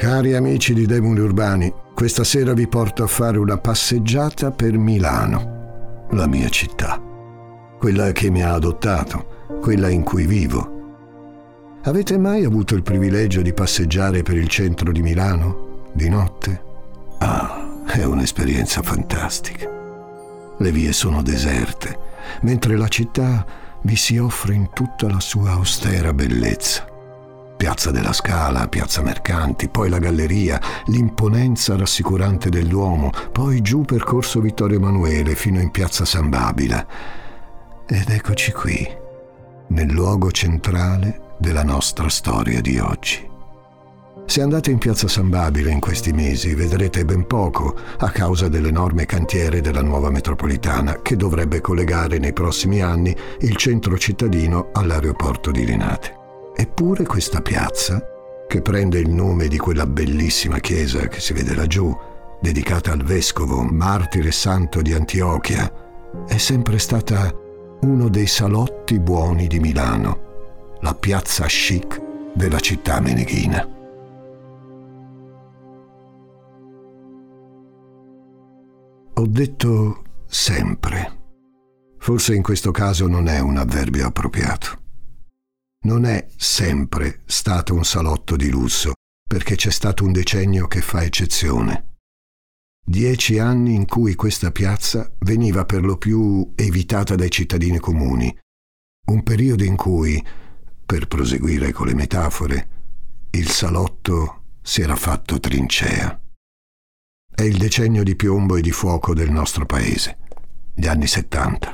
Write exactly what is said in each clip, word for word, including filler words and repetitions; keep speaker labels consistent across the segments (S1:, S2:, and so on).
S1: Cari amici di Demoni Urbani, questa sera vi porto a fare una passeggiata per Milano, la mia città, quella che mi ha adottato, quella in cui vivo. Avete mai avuto il privilegio di passeggiare per il centro di Milano, di notte? Ah, è un'esperienza fantastica. Le vie sono deserte, mentre la città vi si offre in tutta la sua austera bellezza. Piazza della Scala, Piazza Mercanti, poi la Galleria, l'imponenza rassicurante del Duomo, poi giù per Corso Vittorio Emanuele fino in Piazza San Babila. Ed eccoci qui, nel luogo centrale della nostra storia di oggi. Se andate in Piazza San Babila in questi mesi vedrete ben poco a causa dell'enorme cantiere della nuova metropolitana che dovrebbe collegare nei prossimi anni il centro cittadino all'aeroporto di Linate. Eppure questa piazza, che prende il nome di quella bellissima chiesa che si vede laggiù, dedicata al vescovo, martire e santo di Antiochia, è sempre stata uno dei salotti buoni di Milano, la piazza chic della città meneghina. Ho detto sempre. Forse in questo caso non è un avverbio appropriato. Non è sempre stato un salotto di lusso, perché c'è stato un decennio che fa eccezione. Dieci anni in cui questa piazza veniva per lo più evitata dai cittadini comuni. Un periodo in cui, per proseguire con le metafore, il salotto si era fatto trincea. È il decennio di piombo e di fuoco del nostro paese, gli anni settanta.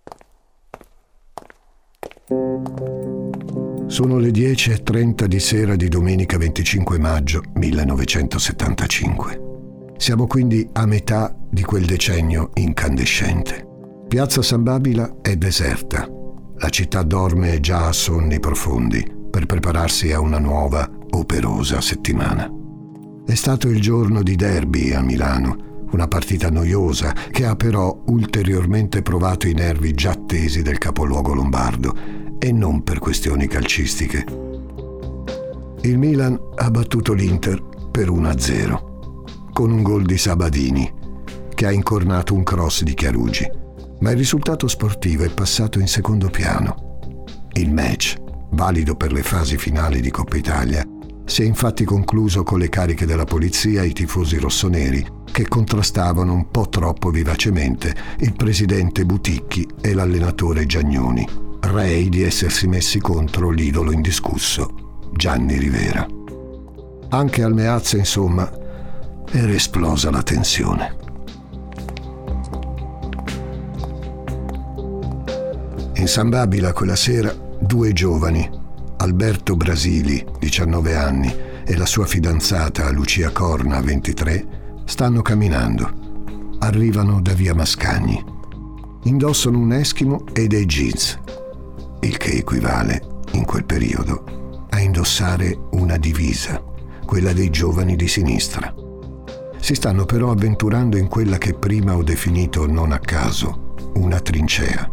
S1: Sono le dieci e trenta di sera di domenica venticinque maggio millenovecentosettantacinque. Siamo quindi a metà di quel decennio incandescente. Piazza San Babila è deserta. La città dorme già a sonni profondi per prepararsi a una nuova, operosa settimana. È stato il giorno di derby a Milano, una partita noiosa che ha però ulteriormente provato i nervi già tesi del capoluogo lombardo, e non per questioni calcistiche. Il Milan ha battuto l'Inter per uno a zero, con un gol di Sabadini, che ha incornato un cross di Chiarugi, ma il risultato sportivo è passato in secondo piano. Il match, valido per le fasi finali di Coppa Italia, si è infatti concluso con le cariche della polizia e i tifosi rossoneri che contrastavano un po' troppo vivacemente il presidente Buticchi e l'allenatore Giagnoni, rei di essersi messi contro l'idolo indiscusso, Gianni Rivera. Anche al Meazza, insomma, era esplosa la tensione. In San Babila quella sera due giovani, Alberto Brasili, diciannove anni, e la sua fidanzata Lucia Corna, ventitré, stanno camminando. Arrivano da via Mascagni. Indossano un eschimo e dei jeans, il che equivale, in quel periodo, a indossare una divisa, quella dei giovani di sinistra. Si stanno però avventurando in quella che prima ho definito, non a caso, una trincea.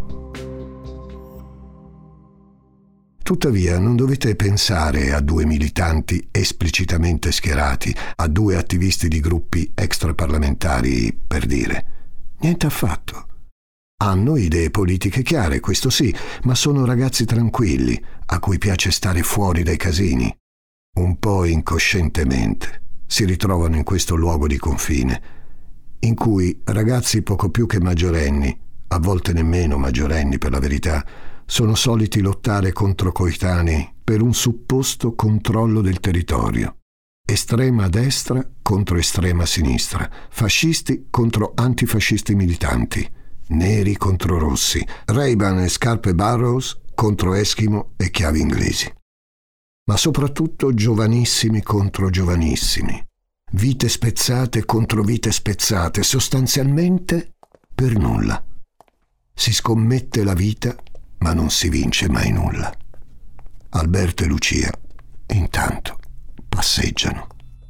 S1: Tuttavia non dovete pensare a due militanti esplicitamente schierati, a due attivisti di gruppi extraparlamentari, per dire. Niente affatto. Hanno idee politiche chiare, questo sì, ma sono ragazzi tranquilli, a cui piace stare fuori dai casini. Un po' incoscientemente si ritrovano in questo luogo di confine, in cui ragazzi poco più che maggiorenni, a volte nemmeno maggiorenni per la verità, sono soliti lottare contro coetanei per un supposto controllo del territorio. Estrema destra contro estrema sinistra, fascisti contro antifascisti militanti, neri contro rossi, Ray-Ban e scarpe Barrows contro eschimo e chiavi inglesi. Ma soprattutto giovanissimi contro giovanissimi, vite spezzate contro vite spezzate, sostanzialmente per nulla. Si scommette la vita, ma non si vince mai nulla. Alberto e Lucia, intanto, passeggiano.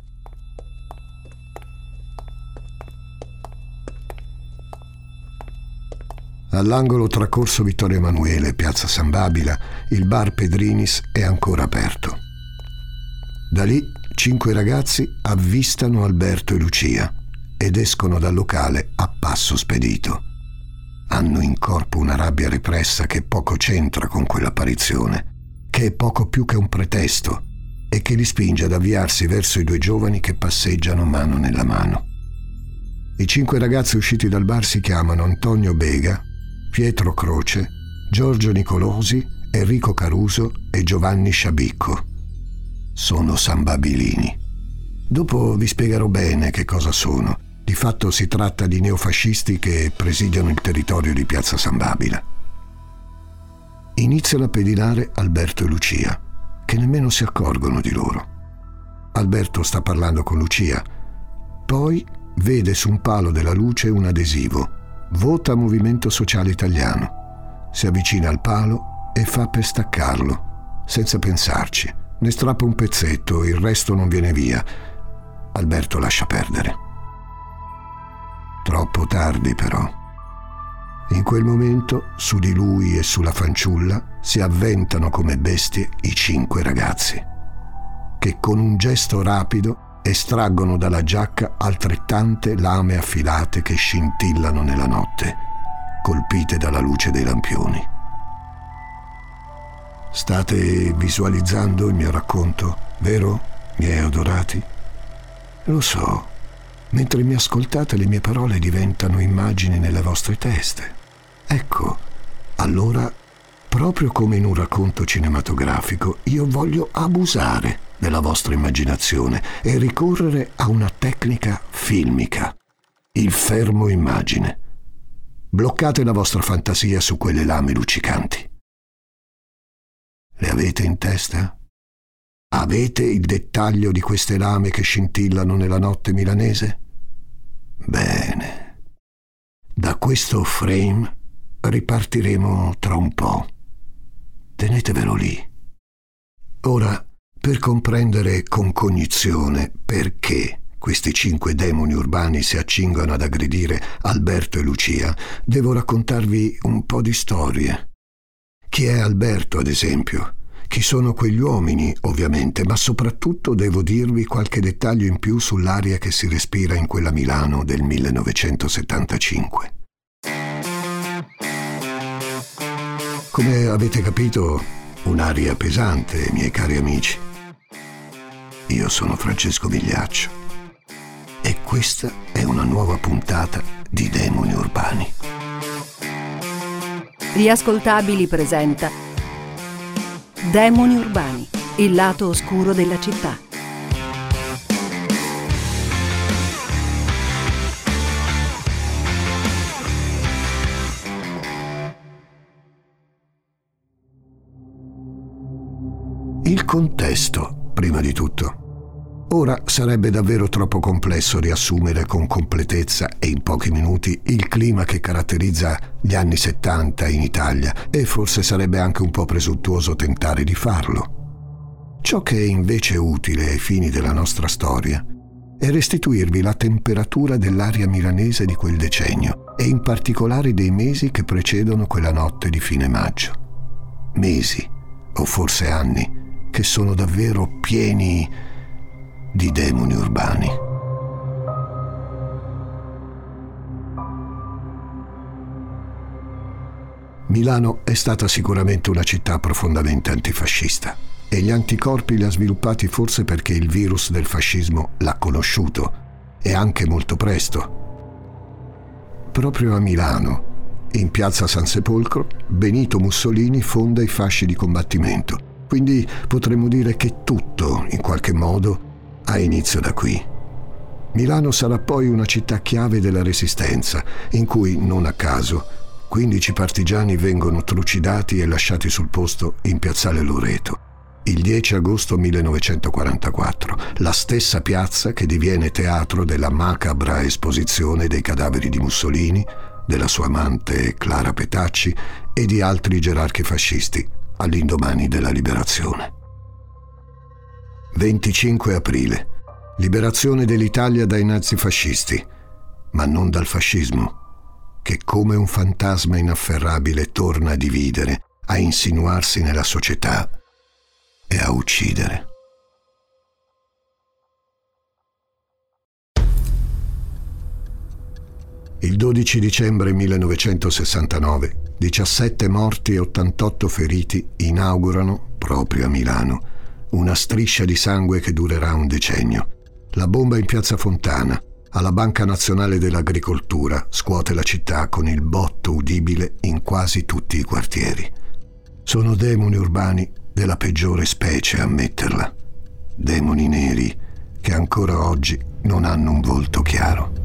S1: All'angolo tra Corso Vittorio Emanuele e Piazza San Babila, il bar Pedrinis è ancora aperto. Da lì cinque ragazzi avvistano Alberto e Lucia ed escono dal locale a passo spedito. Hanno in corpo una rabbia repressa che poco c'entra con quell'apparizione, che è poco più che un pretesto e che li spinge ad avviarsi verso i due giovani che passeggiano mano nella mano. I cinque ragazzi usciti dal bar si chiamano Antonio Bega, Pietro Croce, Giorgio Nicolosi, Enrico Caruso e Giovanni Sciabicco. Sono sambabilini. Dopo vi spiegherò bene che cosa sono. Di fatto si tratta di neofascisti che presidiano il territorio di Piazza San Babila. Iniziano a pedinare Alberto e Lucia, che nemmeno si accorgono di loro. Alberto sta parlando con Lucia, poi vede su un palo della luce un adesivo: Vota Movimento Sociale Italiano. Si avvicina al palo e fa per staccarlo, senza pensarci. Ne strappa un pezzetto, il resto non viene via. Alberto lascia perdere. Troppo tardi, però. In quel momento, su di lui e sulla fanciulla si avventano come bestie i cinque ragazzi, che con un gesto rapido estraggono dalla giacca altrettante lame affilate che scintillano nella notte, colpite dalla luce dei lampioni. State visualizzando il mio racconto, vero, miei adorati? Lo so. Mentre mi ascoltate, le mie parole diventano immagini nelle vostre teste. Ecco, allora, proprio come in un racconto cinematografico, io voglio abusare della vostra immaginazione e ricorrere a una tecnica filmica, il fermo immagine. Bloccate la vostra fantasia su quelle lame luccicanti. Le avete in testa? Avete il dettaglio di queste lame che scintillano nella notte milanese? Bene. Da questo frame ripartiremo tra un po'. Tenetevelo lì. Ora, per comprendere con cognizione perché questi cinque demoni urbani si accingono ad aggredire Alberto e Lucia, devo raccontarvi un po' di storie. Chi è Alberto, ad esempio? Chi sono quegli uomini, ovviamente, ma soprattutto devo dirvi qualche dettaglio in più sull'aria che si respira in quella Milano del millenovecentosettantacinque. Come avete capito, un'aria pesante, miei cari amici. Io sono Francesco Migliaccio e questa è una nuova puntata di Demoni Urbani.
S2: Riascoltabili presenta Demoni Urbani, il lato oscuro della città.
S1: Il contesto, prima di tutto. Ora sarebbe davvero troppo complesso riassumere con completezza e in pochi minuti il clima che caratterizza gli anni settanta in Italia, e forse sarebbe anche un po' presuntuoso tentare di farlo. Ciò che è invece utile ai fini della nostra storia è restituirvi la temperatura dell'aria milanese di quel decennio e in particolare dei mesi che precedono quella notte di fine maggio. Mesi, o forse anni, che sono davvero pieni di demoni urbani. Milano è stata sicuramente una città profondamente antifascista e gli anticorpi li ha sviluppati forse perché il virus del fascismo l'ha conosciuto, e anche molto presto. Proprio a Milano, in piazza San Sepolcro, Benito Mussolini fonda i fasci di combattimento, quindi potremmo dire che tutto, in qualche modo, ha inizio da qui. Milano sarà poi una città chiave della Resistenza, in cui, non a caso, quindici partigiani vengono trucidati e lasciati sul posto in piazzale Loreto, il dieci agosto millenovecentoquarantaquattro, la stessa piazza che diviene teatro della macabra esposizione dei cadaveri di Mussolini, della sua amante Clara Petacci e di altri gerarchi fascisti all'indomani della liberazione. venticinque aprile, liberazione dell'Italia dai nazifascisti, ma non dal fascismo, che come un fantasma inafferrabile torna a dividere, a insinuarsi nella società e a uccidere. Il dodici dicembre millenovecentosessantanove, diciassette morti e ottantotto feriti inaugurano, proprio a Milano, una striscia di sangue che durerà un decennio. La bomba in piazza Fontana, alla Banca Nazionale dell'Agricoltura, scuote la città con il botto udibile in quasi tutti i quartieri. Sono demoni urbani della peggiore specie, ammetterla. Demoni neri che ancora oggi non hanno un volto chiaro.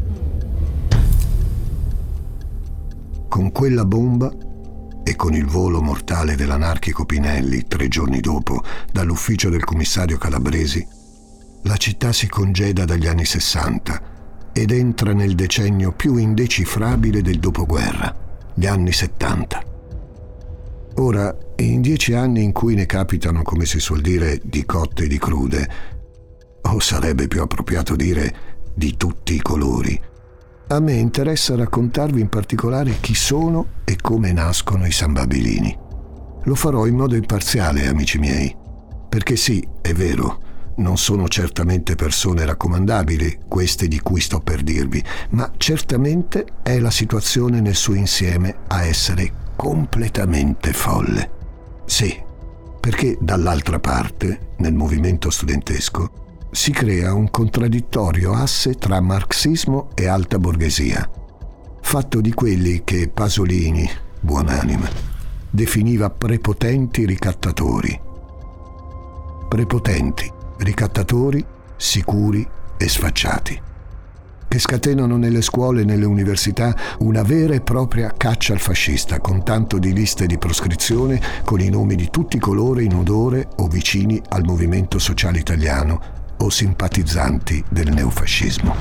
S1: Con quella bomba e con il volo mortale dell'anarchico Pinelli tre giorni dopo dall'ufficio del commissario Calabresi, la città si congeda dagli anni sessanta ed entra nel decennio più indecifrabile del dopoguerra, gli anni settanta. Ora, in dieci anni in cui ne capitano, come si suol dire, di cotte e di crude, o sarebbe più appropriato dire di tutti i colori, a me interessa raccontarvi in particolare chi sono e come nascono i Sambabilini. Lo farò in modo imparziale, amici miei, perché sì, è vero, non sono certamente persone raccomandabili, queste di cui sto per dirvi, ma certamente è la situazione nel suo insieme a essere completamente folle. Sì, perché dall'altra parte, nel movimento studentesco, si crea un contraddittorio asse tra marxismo e alta borghesia, fatto di quelli che Pasolini, buonanima, definiva prepotenti ricattatori. Prepotenti, ricattatori, sicuri e sfacciati, che scatenano nelle scuole e nelle università una vera e propria caccia al fascista, con tanto di liste di proscrizione con i nomi di tutti coloro in odore o vicini al movimento sociale italiano o simpatizzanti del neofascismo.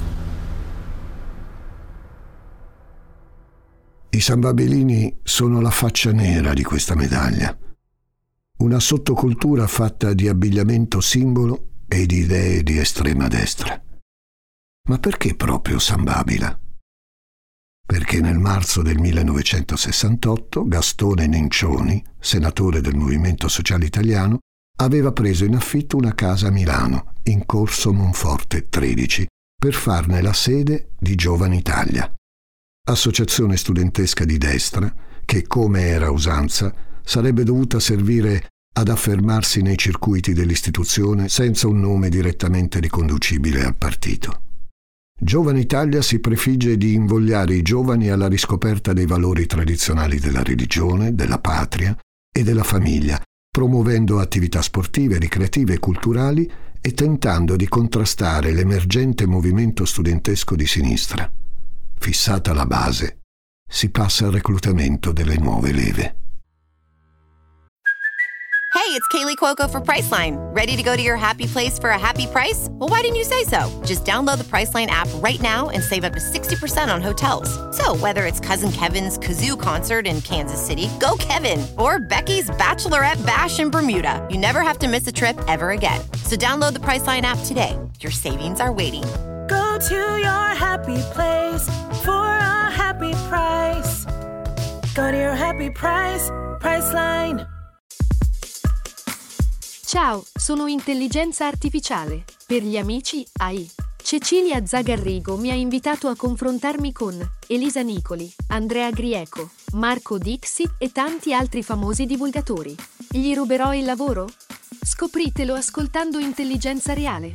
S1: I Sambabilini sono la faccia nera di questa medaglia, una sottocultura fatta di abbigliamento simbolo e di idee di estrema destra. Ma perché proprio Sambabila? Perché nel marzo del millenovecentosessantotto Gastone Nencioni, senatore del Movimento Sociale Italiano, aveva preso in affitto una casa a Milano, in Corso Monforte tredici, per farne la sede di Giovani Italia, associazione studentesca di destra che, come era usanza, sarebbe dovuta servire ad affermarsi nei circuiti dell'istituzione senza un nome direttamente riconducibile al partito. Giovani Italia si prefigge di invogliare i giovani alla riscoperta dei valori tradizionali della religione, della patria e della famiglia, promuovendo attività sportive, ricreative e culturali e tentando di contrastare l'emergente movimento studentesco di sinistra. Fissata la base, si passa al reclutamento delle nuove leve.
S3: Hey, it's Kaylee Cuoco for Priceline. Ready to go to your happy place for a happy price? Well, why didn't you say so? Just download the Priceline app right now and save up to sixty percent on hotels. So whether it's Cousin Kevin's Kazoo Concert in Kansas City, go Kevin, or Becky's Bachelorette Bash in Bermuda, you never have to miss a trip ever again. So download the Priceline app today. Your savings are waiting.
S4: Go to your happy place for a happy price. Go to your happy price, Priceline.
S5: Ciao, sono intelligenza artificiale. Per gli amici A I. Cecilia Zagarrigo mi ha invitato a confrontarmi con Elisa Nicoli, Andrea Grieco, Marco Dixi e tanti altri famosi divulgatori. Gli ruberò il lavoro? Scopritelo ascoltando Intelligenza Reale.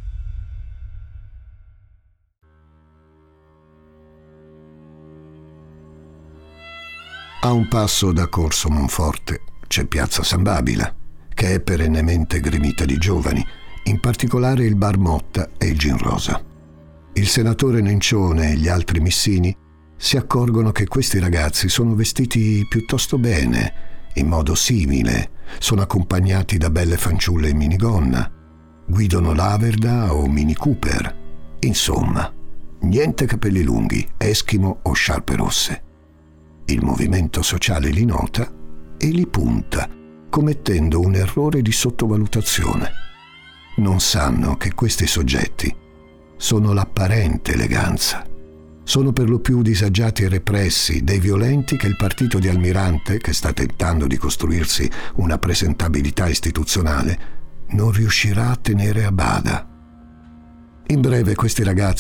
S1: A un passo da Corso Monforte c'è Piazza Sambabila, che è perennemente gremita di giovani, in particolare il Bar Motta e il Gin Rosa. Il senatore Nencione e gli altri missini si accorgono che questi ragazzi sono vestiti piuttosto bene, in modo simile, sono accompagnati da belle fanciulle in minigonna, guidano l'Averda o Mini Cooper. Insomma, niente capelli lunghi, eschimo o sciarpe rosse. Il movimento sociale li nota e li punta, commettendo un errore di sottovalutazione. Non sanno che questi soggetti sono l'apparente eleganza. Sono per lo più disagiati e repressi, dei violenti che il partito di Almirante, che sta tentando di costruirsi una presentabilità istituzionale, non riuscirà a tenere a bada. In breve, questi ragazzi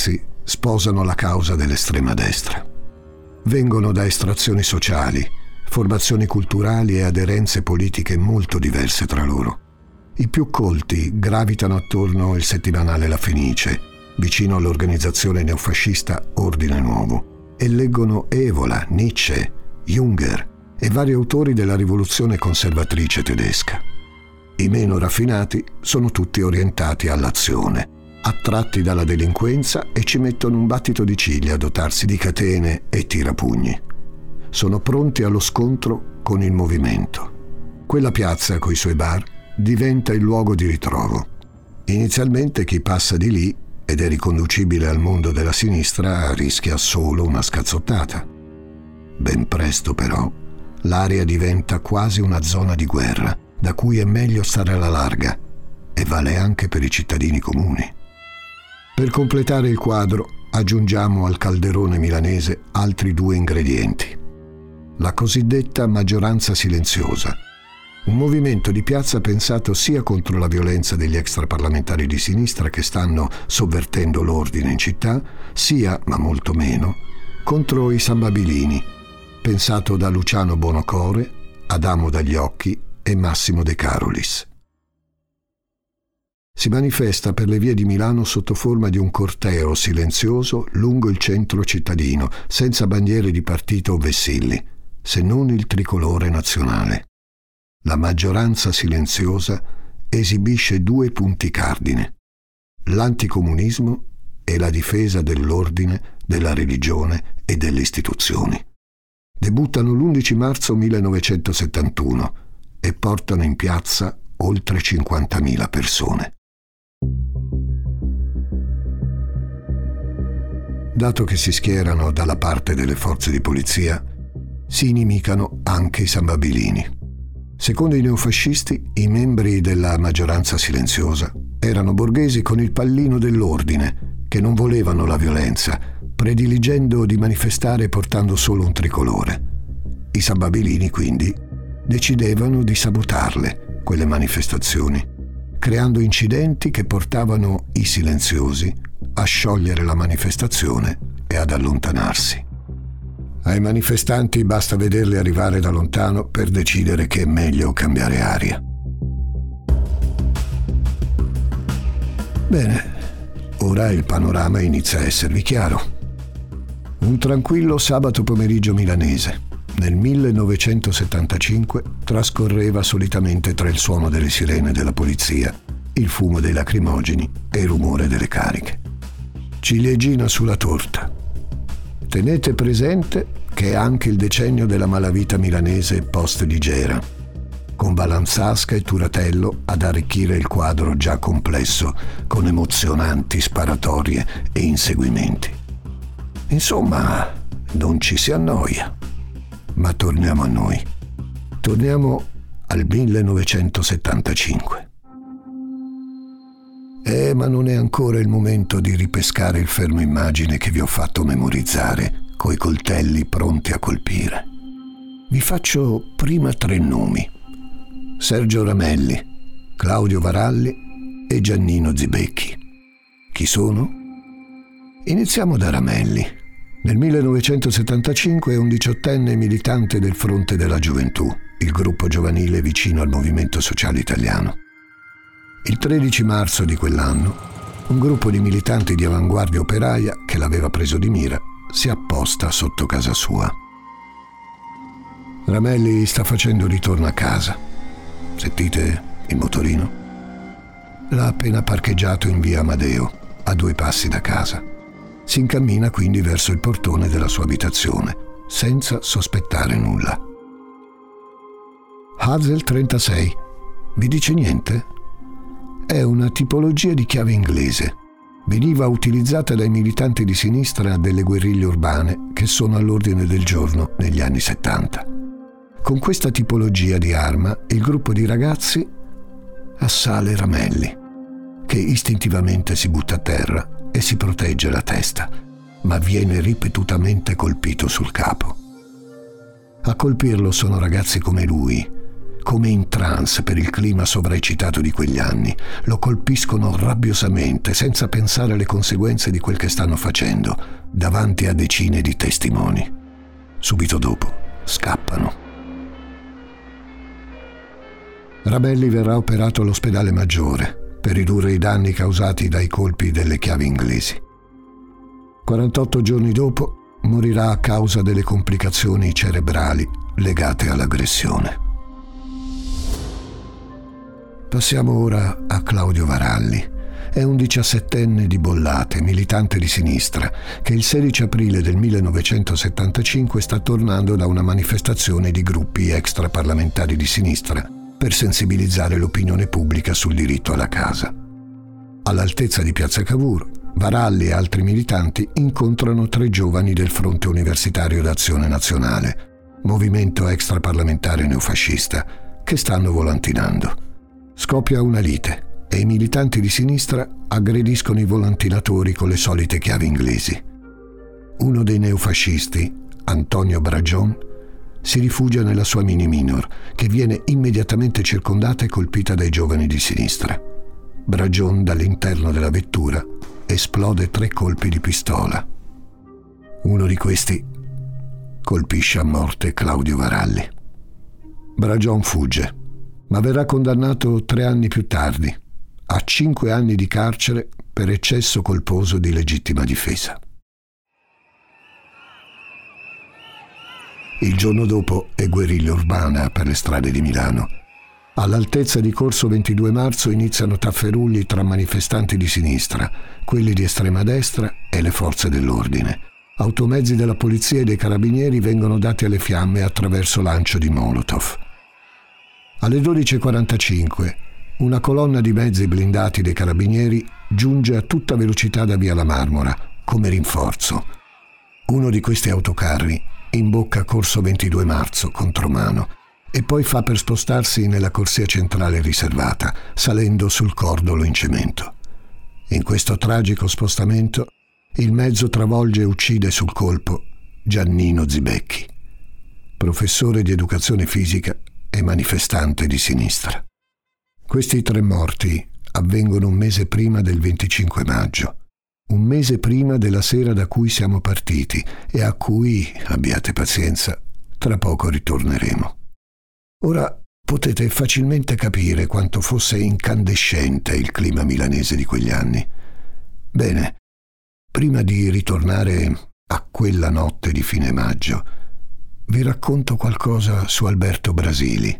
S1: sposano la causa dell'estrema destra. Vengono da estrazioni sociali, formazioni culturali e aderenze politiche molto diverse tra loro. I più colti gravitano attorno al settimanale La Fenice, vicino all'organizzazione neofascista Ordine Nuovo, e leggono Evola, Nietzsche, Junger e vari autori della rivoluzione conservatrice tedesca. I meno raffinati sono tutti orientati all'azione, attratti dalla delinquenza e ci mettono un battito di ciglia a dotarsi di catene e tirapugni. Sono pronti allo scontro con il movimento. Quella piazza coi suoi bar diventa il luogo di ritrovo. Inizialmente chi passa di lì ed è riconducibile al mondo della sinistra rischia solo una scazzottata. Ben presto però l'area diventa quasi una zona di guerra da cui è meglio stare alla larga, e vale anche per i cittadini comuni. Per completare il quadro aggiungiamo al calderone milanese altri due ingredienti: la cosiddetta maggioranza silenziosa, un movimento di piazza pensato sia contro la violenza degli extraparlamentari di sinistra che stanno sovvertendo l'ordine in città, sia, ma molto meno, contro i sambabilini, pensato da Luciano Bonocore, Adamo Dagli Occhi e Massimo De Carolis. Si manifesta per le vie di Milano sotto forma di un corteo silenzioso lungo il centro cittadino, senza bandiere di partito o vessilli, se non il tricolore nazionale. La maggioranza silenziosa esibisce due punti cardine: l'anticomunismo e la difesa dell'ordine, della religione e delle istituzioni. Debuttano l'undici marzo millenovecentosettantuno e portano in piazza oltre cinquantamila persone. Dato che si schierano dalla parte delle forze di polizia, si inimicano anche i sambabilini. Secondo i neofascisti, i membri della maggioranza silenziosa erano borghesi con il pallino dell'ordine, che non volevano la violenza, prediligendo di manifestare portando solo un tricolore. I sambabilini, quindi, decidevano di sabotarle, quelle manifestazioni, creando incidenti che portavano i silenziosi a sciogliere la manifestazione e ad allontanarsi. Ai manifestanti basta vederli arrivare da lontano per decidere che è meglio cambiare aria. Bene, ora il panorama inizia a esservi chiaro. Un tranquillo sabato pomeriggio milanese, nel millenovecentosettantacinque, trascorreva solitamente tra il suono delle sirene della polizia, il fumo dei lacrimogeni e il rumore delle cariche. Ciliegina sulla torta. Tenete presente che è anche il decennio della malavita milanese post-Ligera, con Balanzasca e Turatello ad arricchire il quadro già complesso con emozionanti sparatorie e inseguimenti. Insomma, non ci si annoia. Ma torniamo a noi. Torniamo al millenovecentosettantacinque. Eh, ma non è ancora il momento di ripescare il fermo immagine che vi ho fatto memorizzare, coi coltelli pronti a colpire. Vi faccio prima tre nomi: Sergio Ramelli, Claudio Varalli e Giannino Zibecchi. Chi sono? Iniziamo da Ramelli. Nel millenovecentosettantacinque è un diciottenne militante del Fronte della Gioventù, il gruppo giovanile vicino al Movimento Sociale Italiano. Il tredici marzo di quell'anno, un gruppo di militanti di avanguardia operaia che l'aveva preso di mira si apposta sotto casa sua. Ramelli sta facendo ritorno a casa. Sentite il motorino? L'ha appena parcheggiato in via Amadeo, a due passi da casa. Si incammina quindi verso il portone della sua abitazione, senza sospettare nulla. Hazel trentasei. Vi dice niente? È una tipologia di chiave inglese. Veniva utilizzata dai militanti di sinistra delle guerriglie urbane che sono all'ordine del giorno negli anni settanta. Con questa tipologia di arma il gruppo di ragazzi assale Ramelli, che istintivamente si butta a terra e si protegge la testa, ma viene ripetutamente colpito sul capo. A colpirlo sono ragazzi come lui, come in trance per il clima sovraeccitato di quegli anni. Lo colpiscono rabbiosamente, senza pensare alle conseguenze di quel che stanno facendo, davanti a decine di testimoni. Subito dopo scappano. Rabelli verrà operato all'ospedale maggiore per ridurre i danni causati dai colpi delle chiavi inglesi. quarantotto giorni dopo morirà a causa delle complicazioni cerebrali legate all'aggressione. Passiamo ora a Claudio Varalli. È un diciassettenne di Bollate, militante di sinistra, che il sedici aprile del millenovecentosettantacinque sta tornando da una manifestazione di gruppi extraparlamentari di sinistra per sensibilizzare l'opinione pubblica sul diritto alla casa. All'altezza di Piazza Cavour, Varalli e altri militanti incontrano tre giovani del Fronte Universitario d'Azione Nazionale, movimento extraparlamentare neofascista, che stanno volantinando. Scoppia una lite e i militanti di sinistra aggrediscono i volantinatori con le solite chiavi inglesi. Uno dei neofascisti, Antonio Bragion, si rifugia nella sua Mini Minor, che viene immediatamente circondata e colpita dai giovani di sinistra. Bragion, dall'interno della vettura, esplode tre colpi di pistola. Uno di questi colpisce a morte Claudio Varalli. Bragion fugge, ma verrà condannato tre anni più tardi a cinque anni di carcere per eccesso colposo di legittima difesa. Il giorno dopo è guerriglia urbana per le strade di Milano. All'altezza di Corso ventidue marzo iniziano tafferugli tra manifestanti di sinistra, quelli di estrema destra e le forze dell'ordine. Automezzi della polizia e dei carabinieri vengono dati alle fiamme attraverso lancio di Molotov. Alle dodici e quarantacinque una colonna di mezzi blindati dei carabinieri giunge a tutta velocità da via La Marmora come rinforzo. Uno di questi autocarri imbocca Corso ventidue marzo contromano e poi fa per spostarsi nella corsia centrale riservata, salendo sul cordolo in cemento. In questo tragico spostamento il mezzo travolge e uccide sul colpo Giannino Zibecchi, professore di educazione fisica e manifestante di sinistra. Questi tre morti avvengono un mese prima del venticinque maggio, un mese prima della sera da cui siamo partiti e a cui, abbiate pazienza, tra poco ritorneremo. Ora potete facilmente capire quanto fosse incandescente il clima milanese di quegli anni. Bene, prima di ritornare a quella notte di fine maggio, vi racconto qualcosa su Alberto Brasili.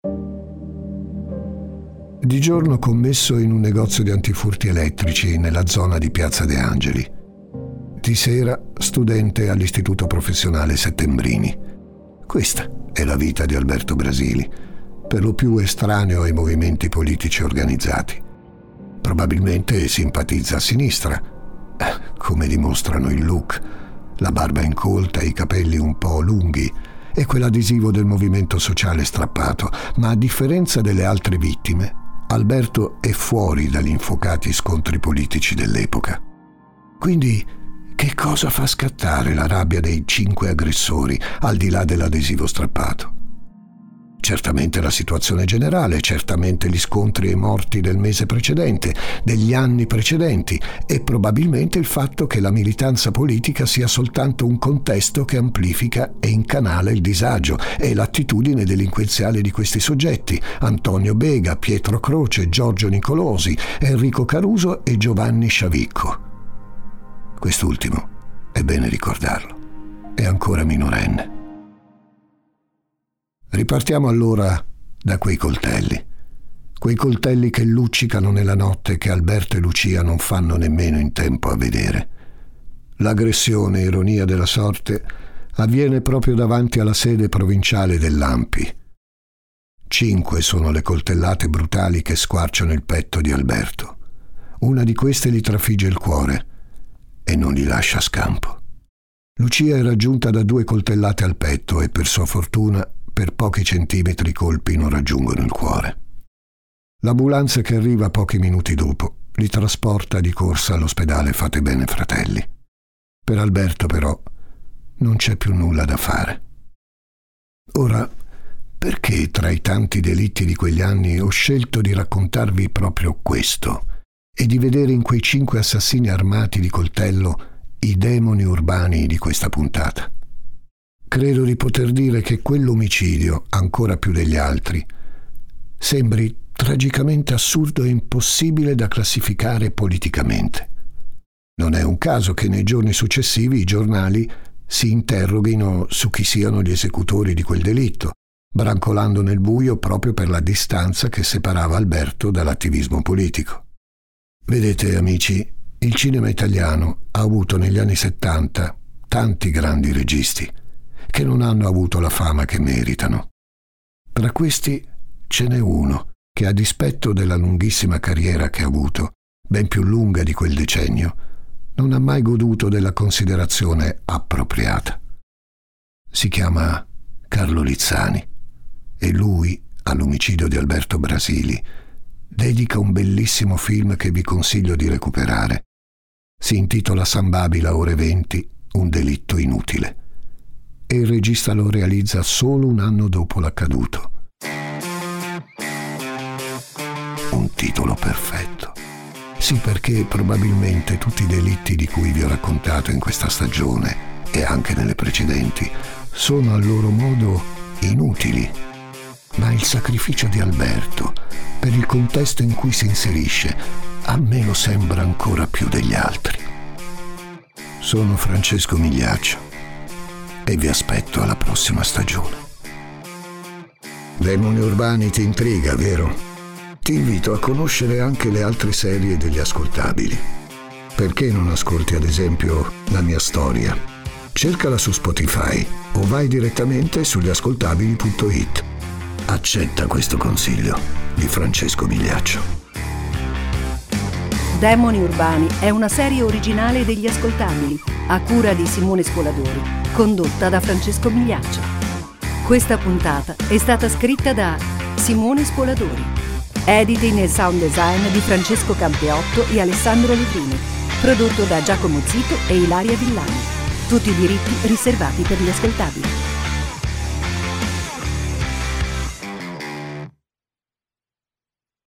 S1: Di giorno commesso in un negozio di antifurti elettrici nella zona di Piazza De Angeli. Di sera studente all'Istituto Professionale Settembrini. Questa è la vita di Alberto Brasili, per lo più estraneo ai movimenti politici organizzati. Probabilmente simpatizza a sinistra, come dimostrano il look, la barba incolta e i capelli un po' lunghi e quell'adesivo del movimento sociale strappato, ma a differenza delle altre vittime, Alberto è fuori dagli infuocati scontri politici dell'epoca. Quindi, che cosa fa scattare la rabbia dei cinque aggressori, al di là dell'adesivo strappato? Certamente la situazione generale, certamente gli scontri e i morti del mese precedente, degli anni precedenti e probabilmente il fatto che la militanza politica sia soltanto un contesto che amplifica e incanala il disagio e l'attitudine delinquenziale di questi soggetti: Antonio Bega, Pietro Croce, Giorgio Nicolosi, Enrico Caruso e Giovanni Sciavicco. Quest'ultimo, è bene ricordarlo, è ancora minorenne. Ripartiamo allora da quei coltelli. Quei coltelli che luccicano nella notte che Alberto e Lucia non fanno nemmeno in tempo a vedere. L'aggressione, ironia della sorte, avviene proprio davanti alla sede provinciale dell'A M P I. Cinque sono le coltellate brutali che squarciano il petto di Alberto. Una di queste gli trafigge il cuore e non gli lascia scampo. Lucia è raggiunta da due coltellate al petto e per sua fortuna per pochi centimetri i colpi non raggiungono il cuore. L'ambulanza che arriva pochi minuti dopo li trasporta di corsa all'ospedale Fate Bene Fratelli. Per Alberto però non c'è più nulla da fare. Ora Perché tra i tanti delitti di quegli anni ho scelto di raccontarvi proprio questo e di vedere in quei cinque assassini armati di coltello i demoni urbani di questa puntata? Credo di poter dire che quell'omicidio, ancora più degli altri, sembri tragicamente assurdo e impossibile da classificare politicamente. Non è un caso che nei giorni successivi i giornali si interroghino su chi siano gli esecutori di quel delitto, brancolando nel buio proprio per la distanza che separava Alberto dall'attivismo politico. Vedete, amici, il cinema italiano ha avuto negli anni settanta tanti grandi registi che non hanno avuto la fama che meritano. Tra questi ce n'è uno che, a dispetto della lunghissima carriera che ha avuto, ben più lunga di quel decennio, non ha mai goduto della considerazione appropriata. Si chiama Carlo Lizzani e lui, all'omicidio di Alberto Brasili, dedica un bellissimo film che vi consiglio di recuperare. Si intitola San Babila ore venti, un delitto inutile. E il regista lo realizza solo un anno dopo l'accaduto. Un titolo perfetto. Sì, perché probabilmente tutti i delitti di cui vi ho raccontato in questa stagione e anche nelle precedenti sono a loro modo inutili. Ma il sacrificio di Alberto, per il contesto in cui si inserisce, a me lo sembra ancora più degli altri. Sono Francesco Migliaccio e vi aspetto alla prossima stagione. Demoni Urbani ti intriga, vero? Ti invito a conoscere anche le altre serie degli ascoltabili. Perché non ascolti ad esempio La mia storia? Cercala su Spotify o vai direttamente sugli ascoltabili punto it. Accetta questo consiglio di Francesco Migliaccio.
S2: Demoni Urbani è una serie originale degli ascoltabili, a cura di Simone Spoladori, condotta da Francesco Migliaccio. Questa puntata è stata scritta da Simone Spoladori, editing e sound design di Francesco Campeotto e Alessandro Levrini, prodotto da Giacomo Zito e Ilaria Villani. Tutti i diritti riservati per gli ascoltabili.